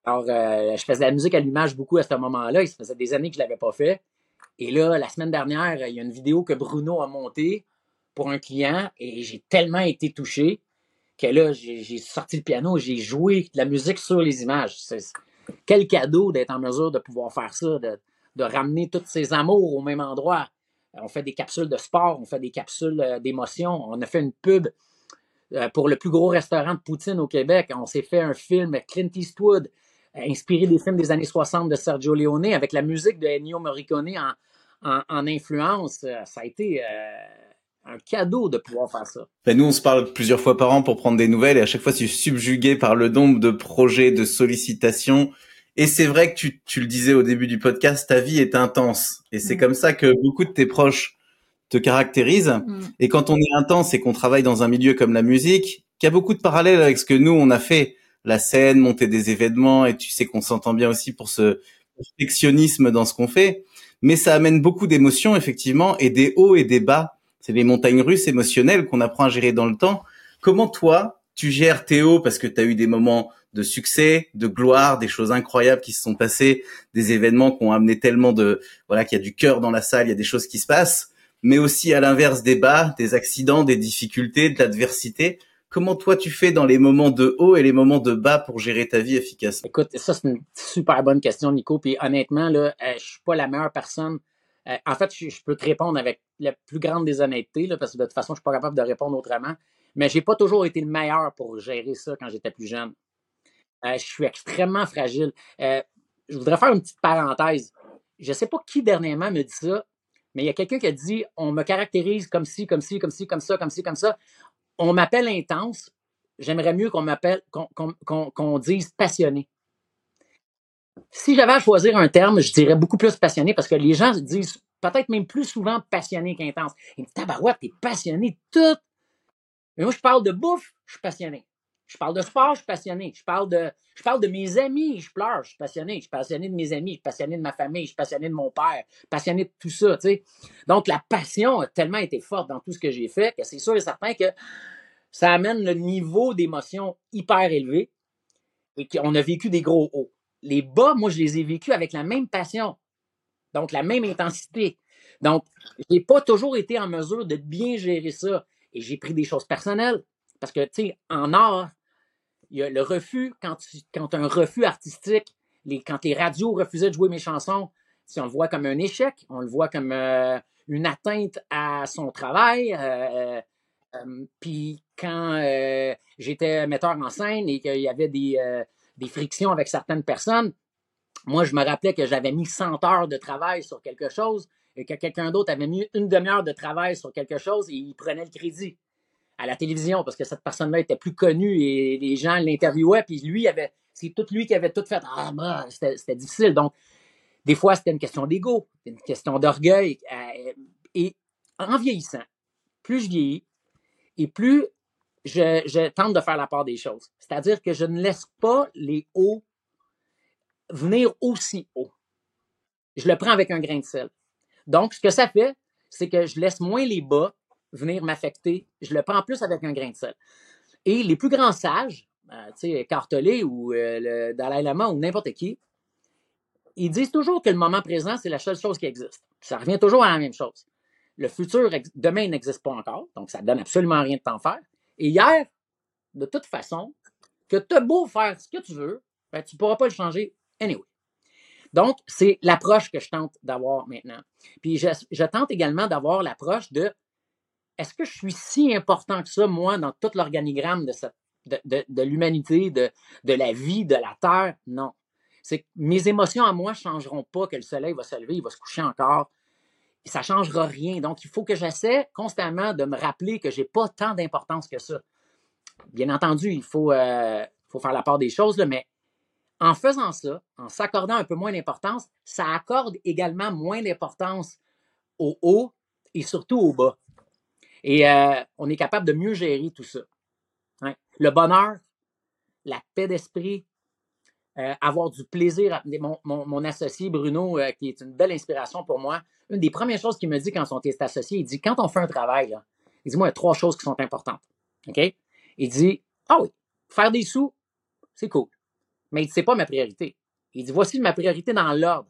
Alors, je faisais de la musique à l'image beaucoup à ce moment-là. Ça faisait des années que je l'avais pas fait. Et là, la semaine dernière, il y a une vidéo que Bruno a montée pour un client et j'ai tellement été touché que là, j'ai sorti le piano, j'ai joué de la musique sur les images. Quel cadeau d'être en mesure de pouvoir faire ça, de ramener tous ces amours au même endroit. On fait des capsules de sport, on fait des capsules d'émotion. On a fait une pub pour le plus gros restaurant de poutine au Québec. On s'est fait un film Clint Eastwood, inspiré des films des années 60 de Sergio Leone, avec la musique de Ennio Morricone en influence. Ça a été un cadeau de pouvoir faire ça. Ben nous, on se parle plusieurs fois par an pour prendre des nouvelles et à chaque fois, tu es subjugué par le nombre de projets, de sollicitations. Et c'est vrai que tu le disais au début du podcast, ta vie est intense. Et c'est comme ça que beaucoup de tes proches te caractérisent. Et quand on est intense et qu'on travaille dans un milieu comme la musique, qu'il y a beaucoup de parallèles avec ce que nous, on a fait, la scène, monter des événements, et tu sais qu'on s'entend bien aussi pour ce perfectionnisme dans ce qu'on fait. Mais ça amène beaucoup d'émotions, effectivement, et des hauts et des bas. C'est les montagnes russes émotionnelles qu'on apprend à gérer dans le temps. Comment toi, tu gères tes hauts parce que tu as eu des moments de succès, de gloire, des choses incroyables qui se sont passées, des événements qui ont amené tellement qu'il y a du cœur dans la salle, il y a des choses qui se passent, mais aussi à l'inverse des bas, des accidents, des difficultés, de l'adversité. Comment toi tu fais dans les moments de haut et les moments de bas pour gérer ta vie efficacement? Écoute, ça c'est une super bonne question, Nico. Puis honnêtement, là, je suis pas la meilleure personne. En fait, je peux te répondre avec la plus grande des honnêtetés, là, parce que de toute façon, je suis pas capable de répondre autrement. Mais j'ai pas toujours été le meilleur pour gérer ça quand j'étais plus jeune. Je suis extrêmement fragile. Je voudrais faire une petite parenthèse. Je sais pas qui dernièrement me dit ça, mais il y a quelqu'un qui a dit on me caractérise comme ci, comme ci, comme ci, comme ça, comme ci, comme ça. On m'appelle intense. J'aimerais mieux qu'on dise passionné. Si j'avais à choisir un terme, je dirais beaucoup plus passionné parce que les gens disent peut-être même plus souvent passionné qu'intense. Ils me disent tabarouette, t'es passionné de tout. Mais moi, je parle de bouffe, je suis passionné. Je parle de sport, je suis passionné. Je parle de mes amis, je pleure, je suis passionné. Je suis passionné de mes amis, je suis passionné de ma famille, je suis passionné de mon père, passionné de tout ça, tu sais. Donc, la passion a tellement été forte dans tout ce que j'ai fait que c'est sûr et certain que ça amène le niveau d'émotion hyper élevé et qu'on a vécu des gros hauts. Les bas, moi, je les ai vécus avec la même passion, donc la même intensité. Donc, je n'ai pas toujours été en mesure de bien gérer ça. Et j'ai pris des choses personnelles. Parce que, tu sais, en art, il y a le refus, quand un refus artistique, quand les radios refusaient de jouer mes chansons, si on le voit comme un échec, on le voit comme une atteinte à son travail. Puis quand j'étais metteur en scène et qu'il y avait des frictions avec certaines personnes, moi, je me rappelais que j'avais mis 100 heures de travail sur quelque chose et que quelqu'un d'autre avait mis une demi-heure de travail sur quelque chose et il prenait le crédit à la télévision parce que cette personne-là était plus connue et les gens l'interviewaient puis c'est tout lui qui avait tout fait. Ah, bah, c'était difficile. Donc, des fois, c'était une question d'ego, une question d'orgueil. Et en vieillissant, plus je vieillis et plus je tente de faire la part des choses. C'est-à-dire que je ne laisse pas les hauts venir aussi haut. Je le prends avec un grain de sel. Donc, ce que ça fait, c'est que je laisse moins les bas venir m'affecter. Je le prends plus avec un grain de sel. Et les plus grands sages, tu sais, Cartolé ou le Dalai Lama ou n'importe qui, ils disent toujours que le moment présent, c'est la seule chose qui existe. Ça revient toujours à la même chose. Le futur, demain, n'existe pas encore, donc ça ne donne absolument rien de t'en faire. Et hier, de toute façon, que tu as beau faire ce que tu veux, ben, tu ne pourras pas le changer anyway. Donc, c'est l'approche que je tente d'avoir maintenant. Puis, je tente également d'avoir l'approche de est-ce que je suis si important que ça, moi, dans tout l'organigramme de l'humanité, de la vie, de la Terre? Non. C'est que mes émotions à moi ne changeront pas, que le soleil va se lever, il va se coucher encore. Ça ne changera rien. Donc, il faut que j'essaie constamment de me rappeler que je n'ai pas tant d'importance que ça. Bien entendu, il faut faire la part des choses, là, mais en faisant ça, en s'accordant un peu moins d'importance, ça accorde également moins d'importance au haut et surtout au bas. Et on est capable de mieux gérer tout ça. Hein? Le bonheur, la paix d'esprit, avoir du plaisir. Mon associé Bruno, qui est une belle inspiration pour moi, une des premières choses qu'il me dit quand on est associé, il dit, quand on fait un travail, là, il dit, moi, il y a 3 choses qui sont importantes. OK? Il dit, ah oui, faire des sous, c'est cool. Mais il dit, c'est pas ma priorité. Il dit, voici ma priorité dans l'ordre.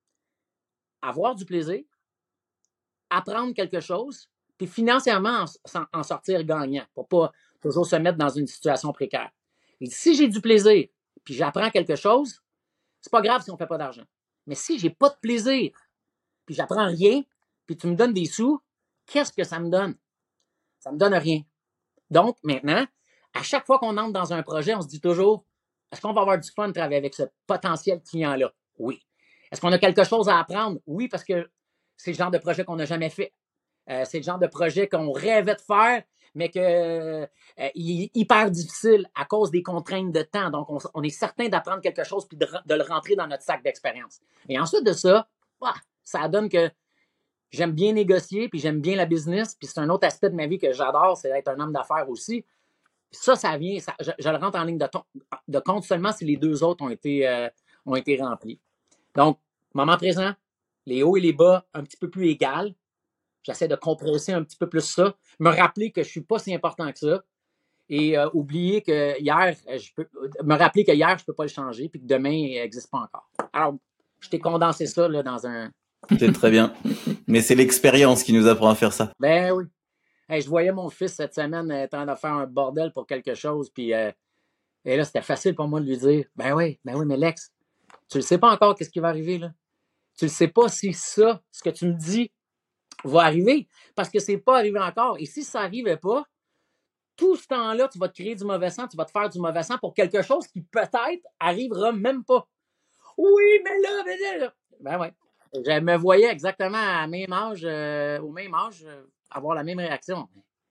Avoir du plaisir, apprendre quelque chose, puis financièrement en sortir gagnant pour pas toujours se mettre dans une situation précaire. Il dit, si j'ai du plaisir, puis j'apprends quelque chose, c'est pas grave si on fait pas d'argent. Mais si j'ai pas de plaisir, puis j'apprends rien, puis tu me donnes des sous, qu'est-ce que ça me donne? Ça me donne rien. Donc, maintenant, à chaque fois qu'on entre dans un projet, on se dit toujours, est-ce qu'on va avoir du fun de travailler avec ce potentiel client-là? Oui. Est-ce qu'on a quelque chose à apprendre? Oui, parce que c'est le genre de projet qu'on n'a jamais fait. C'est le genre de projet qu'on rêvait de faire, mais qu'il est hyper difficile à cause des contraintes de temps. Donc, on est certain d'apprendre quelque chose puis de le rentrer dans notre sac d'expérience. Et ensuite de ça, ça donne que j'aime bien négocier, puis j'aime bien la business, puis c'est un autre aspect de ma vie que j'adore, c'est d'être un homme d'affaires aussi. Ça vient, je le rentre en ligne de compte seulement si les deux autres ont été remplis. Donc, moment présent, les hauts et les bas un petit peu plus égales. J'essaie de compresser un petit peu plus ça, me rappeler que je ne suis pas si important que ça et oublier que hier, me rappeler que hier, je ne peux pas le changer puis que demain, il n'existe pas encore. Alors, je t'ai condensé ça là, dans un... C'est très bien. Mais c'est l'expérience qui nous apprend à faire ça. Ben oui. Hey, je voyais mon fils cette semaine en train de faire un bordel pour quelque chose, puis et là, c'était facile pour moi de lui dire, ben oui, mais Lex, tu ne sais pas encore qu'est-ce qui va arriver, là. Tu ne sais pas si ça, ce que tu me dis, va arriver, parce que c'est pas arrivé encore. Et si ça n'arrivait pas, tout ce temps-là, tu vas te créer du mauvais sang, tu vas te faire du mauvais sang pour quelque chose qui peut-être arrivera même pas. Oui, mais là, ben ouais. Je me voyais exactement au même âge, avoir la même réaction.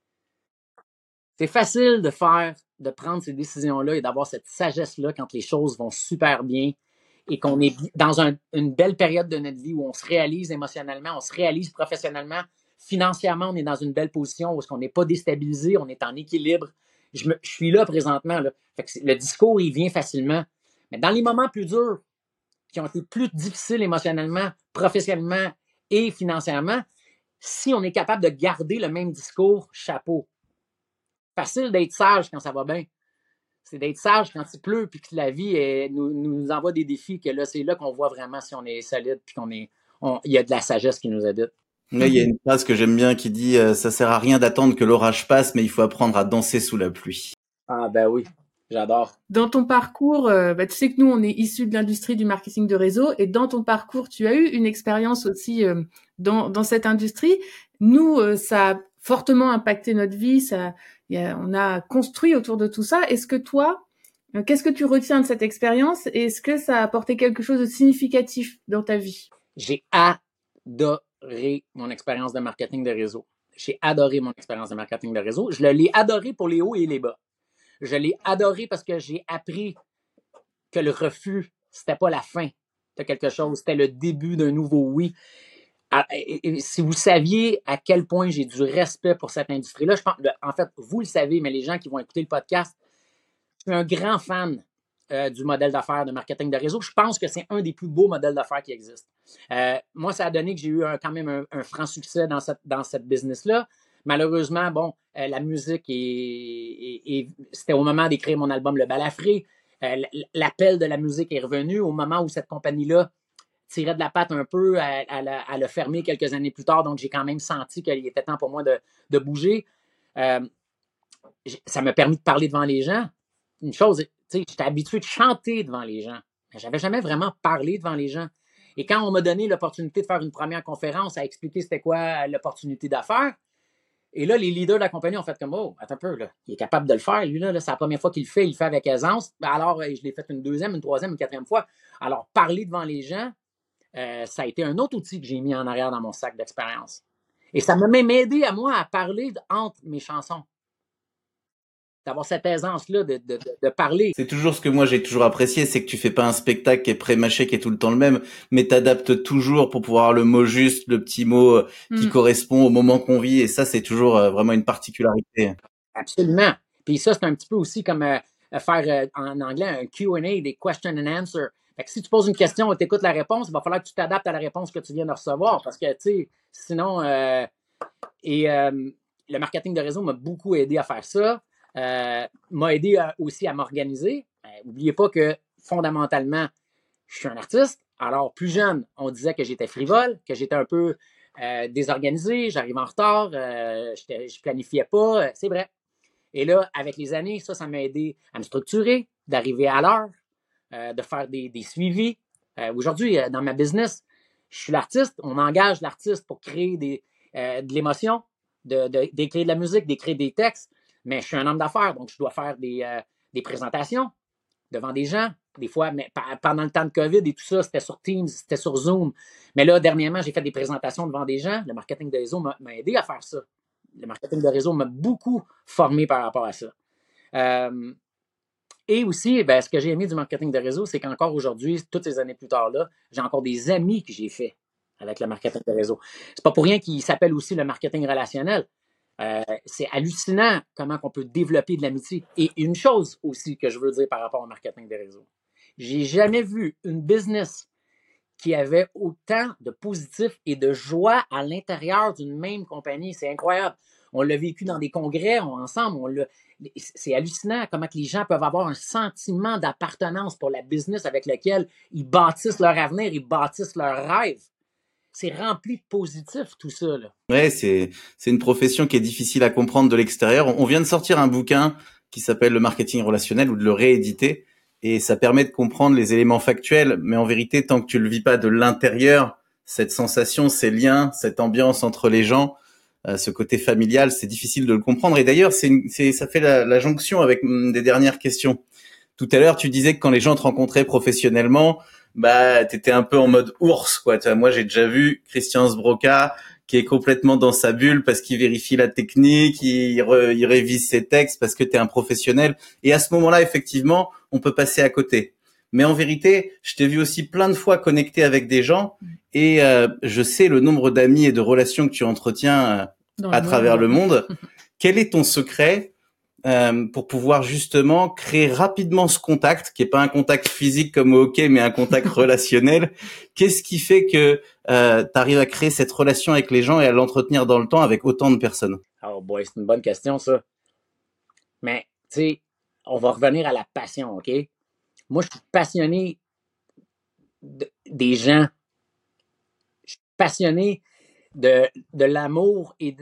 C'est facile de prendre ces décisions-là et d'avoir cette sagesse-là quand les choses vont super bien et qu'on est dans une belle période de notre vie où on se réalise émotionnellement, on se réalise professionnellement, financièrement, on est dans une belle position où on n'est pas déstabilisé, on est en équilibre. Je suis là présentement. Là. Fait que le discours, il vient facilement. Mais dans les moments plus durs, qui ont été plus difficiles émotionnellement, professionnellement et financièrement, si on est capable de garder le même discours, chapeau. Facile d'être sage quand ça va bien. C'est d'être sage quand il pleut puis que la vie nous envoie des défis, que là, c'est là qu'on voit vraiment si on est solide puis il y a de la sagesse qui nous habite. Là, il y a une phrase que j'aime bien qui dit ça sert à rien d'attendre que l'orage passe, mais il faut apprendre à danser sous la pluie. Ah ben oui, j'adore. Dans ton parcours, tu sais que nous, on est issus de l'industrie du marketing de réseau, et dans ton parcours, tu as eu une expérience aussi dans cette industrie. Nous, ça a fortement impacté notre vie, on a construit autour de tout ça. Est-ce que toi, qu'est-ce que tu retiens de cette expérience et est-ce que ça a apporté quelque chose de significatif dans ta vie? J'ai adoré mon expérience de marketing de réseau. J'ai adoré mon expérience de marketing de réseau. Je l'ai adoré pour les hauts et les bas. Je l'ai adoré parce que j'ai appris que le refus, c'était pas la fin de quelque chose, c'était le début d'un nouveau oui. Et si vous saviez à quel point j'ai du respect pour cette industrie-là, je pense, en fait, vous le savez, mais les gens qui vont écouter le podcast, je suis un grand fan du modèle d'affaires de marketing de réseau. Je pense que c'est un des plus beaux modèles d'affaires qui existent. Moi, ça a donné que j'ai eu quand même un franc succès dans cette business-là. Malheureusement, bon, la musique, c'était au moment d'écrire mon album Le Balafré. L'appel de la musique est revenu au moment où cette compagnie-là tirait de la patte un peu. Elle a fermé quelques années plus tard, donc j'ai quand même senti qu'il était temps pour moi de bouger. Ça m'a permis de parler devant les gens. Une chose, tu sais, j'étais habitué de chanter devant les gens, mais j'avais jamais vraiment parlé devant les gens. Et quand on m'a donné l'opportunité de faire une première conférence à expliquer c'était quoi l'opportunité d'affaires, et là, les leaders de la compagnie ont fait comme, oh, attends un peu, là, il est capable de le faire, lui, là, c'est la première fois qu'il le fait avec aisance. Alors, je l'ai fait une deuxième, une troisième, une quatrième fois. Alors, parler devant les gens, ça a été un autre outil que j'ai mis en arrière dans mon sac d'expérience. Et ça m'a même aidé à moi à parler entre mes chansons. D'avoir cette aisance-là de parler. C'est toujours ce que moi j'ai toujours apprécié, c'est que tu fais pas un spectacle qui est pré-mâché, qui est tout le temps le même, mais t'adaptes toujours pour pouvoir avoir le mot juste, le petit mot qui correspond au moment qu'on vit, et ça c'est toujours vraiment une particularité. Absolument. Puis ça, c'est un petit peu aussi comme faire en anglais un Q&A, des question and answer. Fait que si tu poses une question et tu écoutes la réponse, il va falloir que tu t'adaptes à la réponse que tu viens de recevoir, parce que, tu sais, sinon... le marketing de réseau m'a beaucoup aidé à faire ça. M'a aidé aussi à m'organiser. N'oubliez pas que fondamentalement, je suis un artiste. Alors, plus jeune, on disait que j'étais frivole, que j'étais un peu désorganisé, j'arrive en retard, je planifiais pas, c'est vrai. Et là, avec les années, ça m'a aidé à me structurer, d'arriver à l'heure, de faire des suivis. Aujourd'hui, dans ma business, je suis l'artiste, on engage l'artiste pour créer de l'émotion, d'écrire de la musique, d'écrire des textes, mais je suis un homme d'affaires, donc je dois faire des présentations devant des gens. Des fois, mais pendant le temps de COVID et tout ça, c'était sur Teams, c'était sur Zoom. Mais là, dernièrement, j'ai fait des présentations devant des gens. Le marketing de réseau m'a aidé à faire ça. Le marketing de réseau m'a beaucoup formé par rapport à ça. Et aussi, ce que j'ai aimé du marketing de réseau, c'est qu'encore aujourd'hui, toutes ces années plus tard, là, j'ai encore des amis que j'ai fait avec le marketing de réseau. C'est pas pour rien qu'il s'appelle aussi le marketing relationnel. C'est hallucinant comment on peut développer de l'amitié. Et une chose aussi que je veux dire par rapport au marketing des réseaux. J'ai jamais vu une business qui avait autant de positifs et de joie à l'intérieur d'une même compagnie. C'est incroyable. On l'a vécu dans des congrès ensemble. C'est hallucinant comment que les gens peuvent avoir un sentiment d'appartenance pour la business avec laquelle ils bâtissent leur avenir, ils bâtissent leurs rêves. C'est rempli de positifs, tout ça, là. Ouais, c'est une profession qui est difficile à comprendre de l'extérieur. On vient de sortir un bouquin qui s'appelle Le marketing relationnel ou de le rééditer. Et ça permet de comprendre les éléments factuels. Mais en vérité, tant que tu le vis pas de l'intérieur, cette sensation, ces liens, cette ambiance entre les gens, ce côté familial, c'est difficile de le comprendre. Et d'ailleurs, ça fait la jonction avec des dernières questions. Tout à l'heure, tu disais que quand les gens te rencontraient professionnellement, t'étais un peu en mode ours, quoi. Moi, j'ai déjà vu Christian Sbroca qui est complètement dans sa bulle parce qu'il vérifie la technique, il révise ses textes parce que t'es un professionnel. Et à ce moment-là, effectivement, on peut passer à côté. Mais en vérité, je t'ai vu aussi plein de fois connecté avec des gens et je sais le nombre d'amis et de relations que tu entretiens à travers le monde. Quel est ton secret pour pouvoir justement créer rapidement ce contact, qui est pas un contact physique comme au hockey, mais un contact relationnel? Qu'est-ce qui fait que tu arrives à créer cette relation avec les gens et à l'entretenir dans le temps avec autant de personnes? Oh boy, c'est une bonne question, ça. Mais, tu sais, on va revenir à la passion, OK? Moi, je suis passionné des gens. Je suis passionné de l'amour et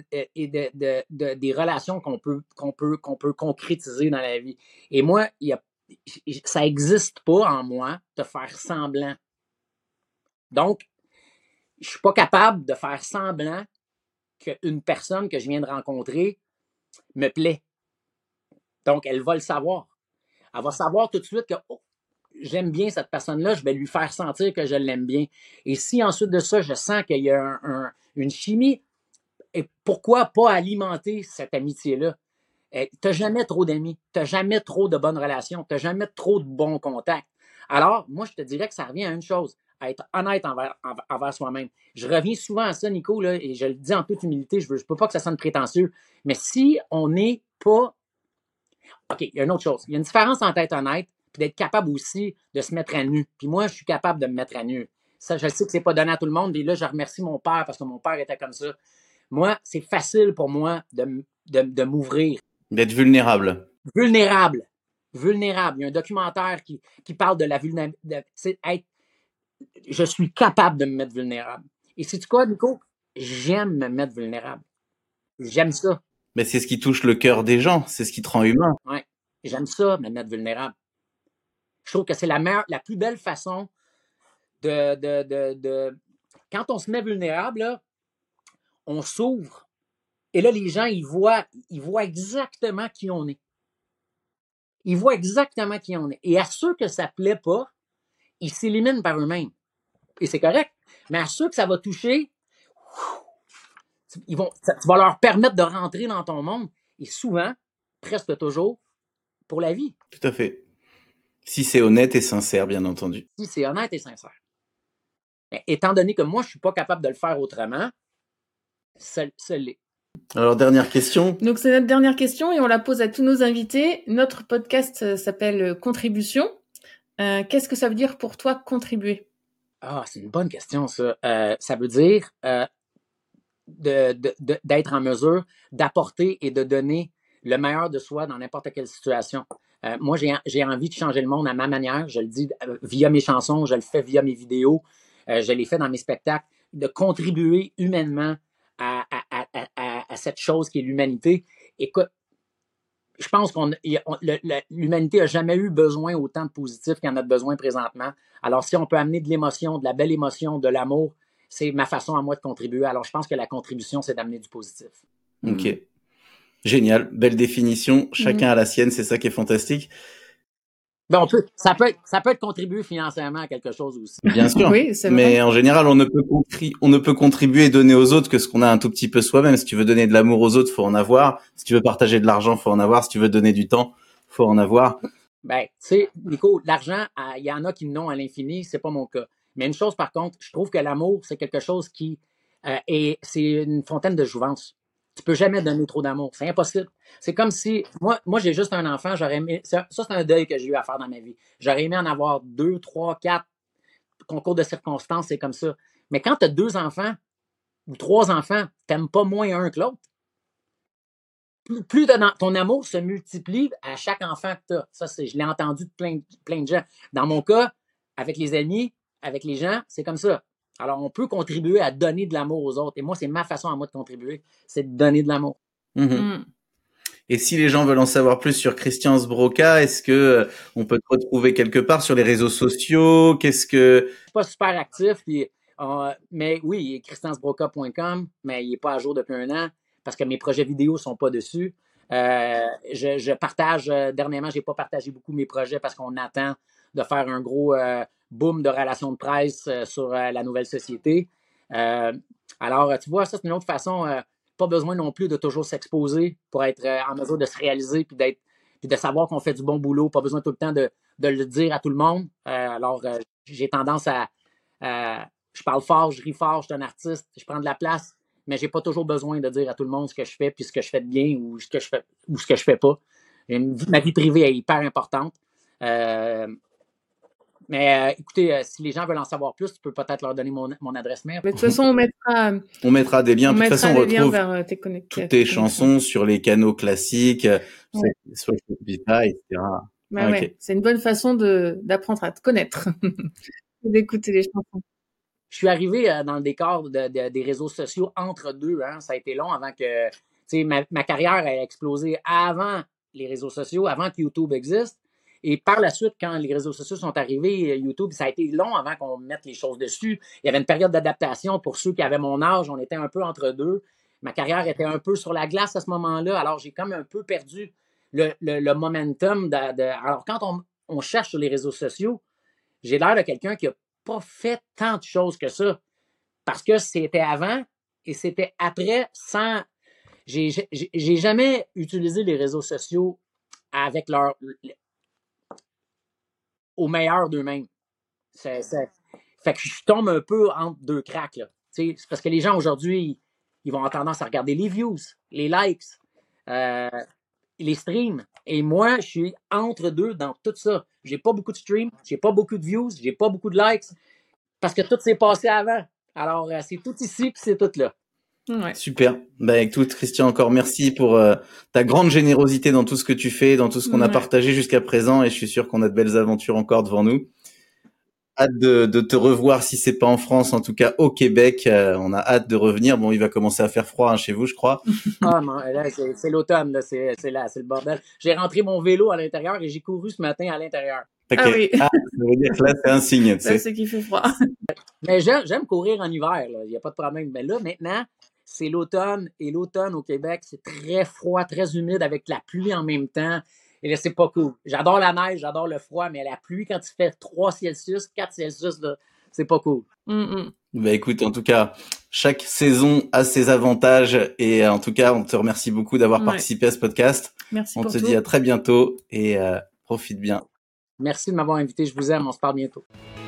des relations qu'on peut concrétiser dans la vie. Et moi, ça n'existe pas en moi de faire semblant. Donc, je suis pas capable de faire semblant qu'une personne que je viens de rencontrer me plaît. Donc, elle va le savoir. Elle va savoir tout de suite que j'aime bien cette personne-là, je vais lui faire sentir que je l'aime bien. Et si ensuite de ça, je sens qu'il y a une chimie, et pourquoi pas alimenter cette amitié-là? Tu n'as jamais trop d'amis, tu n'as jamais trop de bonnes relations, tu n'as jamais trop de bons contacts. Alors, moi, je te dirais que ça revient à une chose, à être honnête envers soi-même. Je reviens souvent à ça, Nico, là, et je le dis en toute humilité, je ne peux pas que ça sonne prétentieux, mais si on n'est pas... OK, il y a une autre chose. Il y a une différence entre être honnête et d'être capable aussi de se mettre à nu. Puis moi, je suis capable de me mettre à nu. Ça, je sais que c'est pas donné à tout le monde, et là, je remercie mon père parce que mon père était comme ça. Moi, c'est facile pour moi de m'ouvrir. D'être vulnérable. Vulnérable. Vulnérable. Il y a un documentaire qui parle de la vulnérabilité. Je suis capable de me mettre vulnérable. Et sais-tu quoi, Nico? J'aime me mettre vulnérable. J'aime ça. Mais c'est ce qui touche le cœur des gens, c'est ce qui te rend humain. Ouais. J'aime ça, me mettre vulnérable. Je trouve que c'est la plus belle façon de... Quand on se met vulnérable, là, on s'ouvre. Et là, les gens, ils voient exactement qui on est. Ils voient exactement qui on est. Et à ceux que ça ne plaît pas, ils s'éliminent par eux-mêmes. Et c'est correct. Mais à ceux que ça va toucher, tu vas leur permettre de rentrer dans ton monde. Et souvent, presque toujours, pour la vie. Tout à fait. Si c'est honnête et sincère, bien entendu. Si c'est honnête et sincère. Mais étant donné que moi, je ne suis pas capable de le faire autrement, ça l'est. Alors, dernière question. Donc, c'est notre dernière question et on la pose à tous nos invités. Notre podcast s'appelle Contribution. Qu'est-ce que ça veut dire pour toi, contribuer? Ah, c'est une bonne question, ça. Ça veut dire d'être en mesure d'apporter et de donner le meilleur de soi dans n'importe quelle situation. Moi, j'ai envie de changer le monde à ma manière. Je le dis via mes chansons, je le fais via mes vidéos, je l'ai fait dans mes spectacles, de contribuer humainement à cette chose qui est l'humanité. Écoute, je pense l'humanité n'a jamais eu besoin autant de positif qu'il en a besoin présentement. Alors, si on peut amener de l'émotion, de la belle émotion, de l'amour, c'est ma façon à moi de contribuer. Alors, je pense que la contribution, c'est d'amener du positif. Ok. Génial. Belle définition. Chacun a la sienne. C'est ça qui est fantastique. Ben, ça peut être contribuer financièrement à quelque chose aussi. Bien sûr. Oui, c'est vrai. Mais en général, on ne peut contribuer et donner aux autres que ce qu'on a un tout petit peu soi-même. Si tu veux donner de l'amour aux autres, faut en avoir. Si tu veux partager de l'argent, faut en avoir. Si tu veux donner du temps, faut en avoir. Ben, tu sais, Nico, l'argent, il y en a qui n'ont à l'infini, c'est pas mon cas. Mais une chose, par contre, je trouve que l'amour, c'est quelque chose qui c'est une fontaine de jouvence. Tu peux jamais donner trop d'amour. C'est impossible. C'est comme si, moi, j'ai juste un enfant, j'aurais aimé, ça, c'est un deuil que j'ai eu à faire dans ma vie. J'aurais aimé en avoir 2, 3, 4 concours de circonstances, c'est comme ça. Mais quand tu as 2 enfants ou 3 enfants, t'aimes pas moins un que l'autre. Plus ton amour se multiplie à chaque enfant que tu as. Ça, je l'ai entendu de plein de gens. Dans mon cas, avec les amis, avec les gens, c'est comme ça. Alors, on peut contribuer à donner de l'amour aux autres. Et moi, c'est ma façon à moi de contribuer, c'est de donner de l'amour. Et si les gens veulent en savoir plus sur Christian Sbroka, est-ce que on peut te retrouver quelque part sur les réseaux sociaux? Je suis pas super actif, mais oui, il est christiansbroka.com, mais il est pas à jour depuis 1 an parce que mes projets vidéo sont pas dessus. Je partage, dernièrement, j'ai pas partagé beaucoup mes projets parce qu'on attend de faire un gros boom de relations de presse sur la nouvelle société. Alors, tu vois, ça, c'est une autre façon. Pas besoin non plus de toujours s'exposer pour être en mesure de se réaliser puis de savoir qu'on fait du bon boulot. Pas besoin tout le temps de le dire à tout le monde. Alors, j'ai tendance je parle fort, je ris fort, je suis un artiste, je prends de la place, mais j'ai pas toujours besoin de dire à tout le monde ce que je fais, puis ce que je fais de bien ou ce que je fais pas. Ma vie privée est hyper importante. Mais écoutez, si les gens veulent en savoir plus, tu peux peut-être leur donner mon adresse mail. Mais de toute façon, on mettra des liens. De toute façon, on retrouve vers toutes tes chansons sur les canaux classiques, sur Spotify, etc. Ouais, c'est une bonne façon d'apprendre à te connaître, d'écouter les chansons. Je suis arrivé dans le décor des réseaux sociaux entre deux. Hein. Ça a été long avant que... Tu sais, ma carrière a explosé avant les réseaux sociaux, avant que YouTube existe. Et par la suite, quand les réseaux sociaux sont arrivés, YouTube, ça a été long avant qu'on mette les choses dessus. Il y avait une période d'adaptation pour ceux qui avaient mon âge. On était un peu entre deux. Ma carrière était un peu sur la glace à ce moment-là. Alors, j'ai comme un peu perdu le momentum. Alors, quand on cherche sur les réseaux sociaux, j'ai l'air de quelqu'un qui a pas fait tant de choses que ça. Parce que c'était avant et c'était après sans... J'ai jamais utilisé les réseaux sociaux avec au meilleur d'eux-mêmes. Fait que je tombe un peu entre deux cracks, là. C'est parce que les gens aujourd'hui, ils vont avoir tendance à regarder les views, les likes, les streams. Et moi, je suis entre deux dans tout ça. J'ai pas beaucoup de streams, j'ai pas beaucoup de views, j'ai pas beaucoup de likes, parce que tout s'est passé avant. Alors, c'est tout ici, puis c'est tout là. Ouais. Super. Ben, écoute, Christian, encore merci pour ta grande générosité dans tout ce que tu fais, dans tout ce qu'on a partagé jusqu'à présent, et je suis sûr qu'on a de belles aventures encore devant nous. Hâte de te revoir, si c'est pas en France, en tout cas au Québec. On a hâte de revenir. Bon, il va commencer à faire froid chez vous, je crois. Ah non, là, c'est l'automne, là, c'est le bordel. J'ai rentré mon vélo à l'intérieur et j'ai couru ce matin à l'intérieur. Okay. Ah oui. Ça veut dire que là, c'est un signe. Là, c'est qu'il fait froid. Mais j'aime courir en hiver, il n'y a pas de problème. Mais là, maintenant, c'est l'automne, et l'automne au Québec, c'est très froid, très humide, avec la pluie en même temps. Et là, c'est pas cool. J'adore la neige, j'adore le froid, mais la pluie, quand il fait 3 Celsius, 4 Celsius, là, c'est pas cool. Ben écoute, en tout cas, chaque saison a ses avantages, et en tout cas, on te remercie beaucoup d'avoir participé à ce podcast. Merci on pour te tout. dit à très bientôt, et profite bien. Merci de m'avoir invité, je vous aime, on se parle bientôt.